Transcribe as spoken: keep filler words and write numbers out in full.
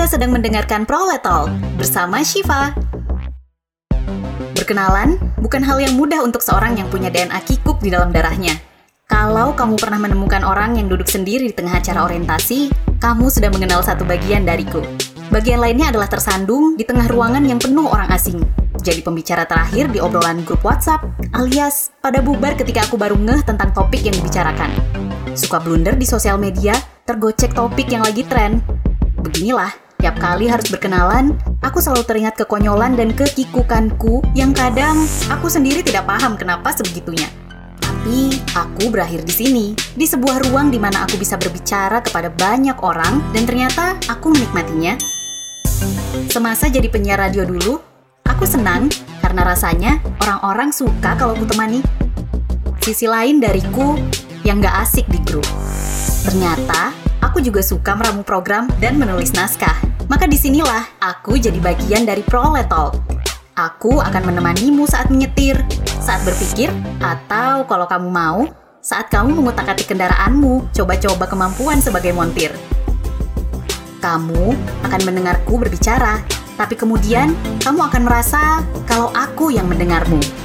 Anda sedang mendengarkan Proletol bersama Syifa. Berkenalan bukan hal yang mudah untuk seorang yang punya D N A kikuk di dalam darahnya. Kalau kamu pernah menemukan orang yang duduk sendiri di tengah acara orientasi, kamu sudah mengenal satu bagian dariku. Bagian lainnya adalah tersandung di tengah ruangan yang penuh orang asing. Jadi pembicara terakhir di obrolan grup WhatsApp, alias pada bubar ketika aku baru ngeh tentang topik yang dibicarakan. Suka blunder di sosial media, tergocek topik yang lagi tren. Beginilah, tiap kali harus berkenalan, aku selalu teringat kekonyolan dan kekikukanku yang kadang aku sendiri tidak paham kenapa sebegitunya. Tapi aku berakhir di sini, di sebuah ruang di mana aku bisa berbicara kepada banyak orang dan ternyata aku menikmatinya. Semasa jadi penyiar radio dulu, aku senang karena rasanya orang-orang suka kalau aku temani. Sisi lain dariku yang gak asik di grup. Ternyata aku juga suka meramu program dan menulis naskah. Maka disinilah aku jadi bagian dari Proletol. Aku akan menemanimu saat menyetir, saat berpikir, atau kalau kamu mau, saat kamu mengutak-atik kendaraanmu, coba-coba kemampuan sebagai montir. Kamu akan mendengarku berbicara, tapi kemudian kamu akan merasa kalau aku yang mendengarmu.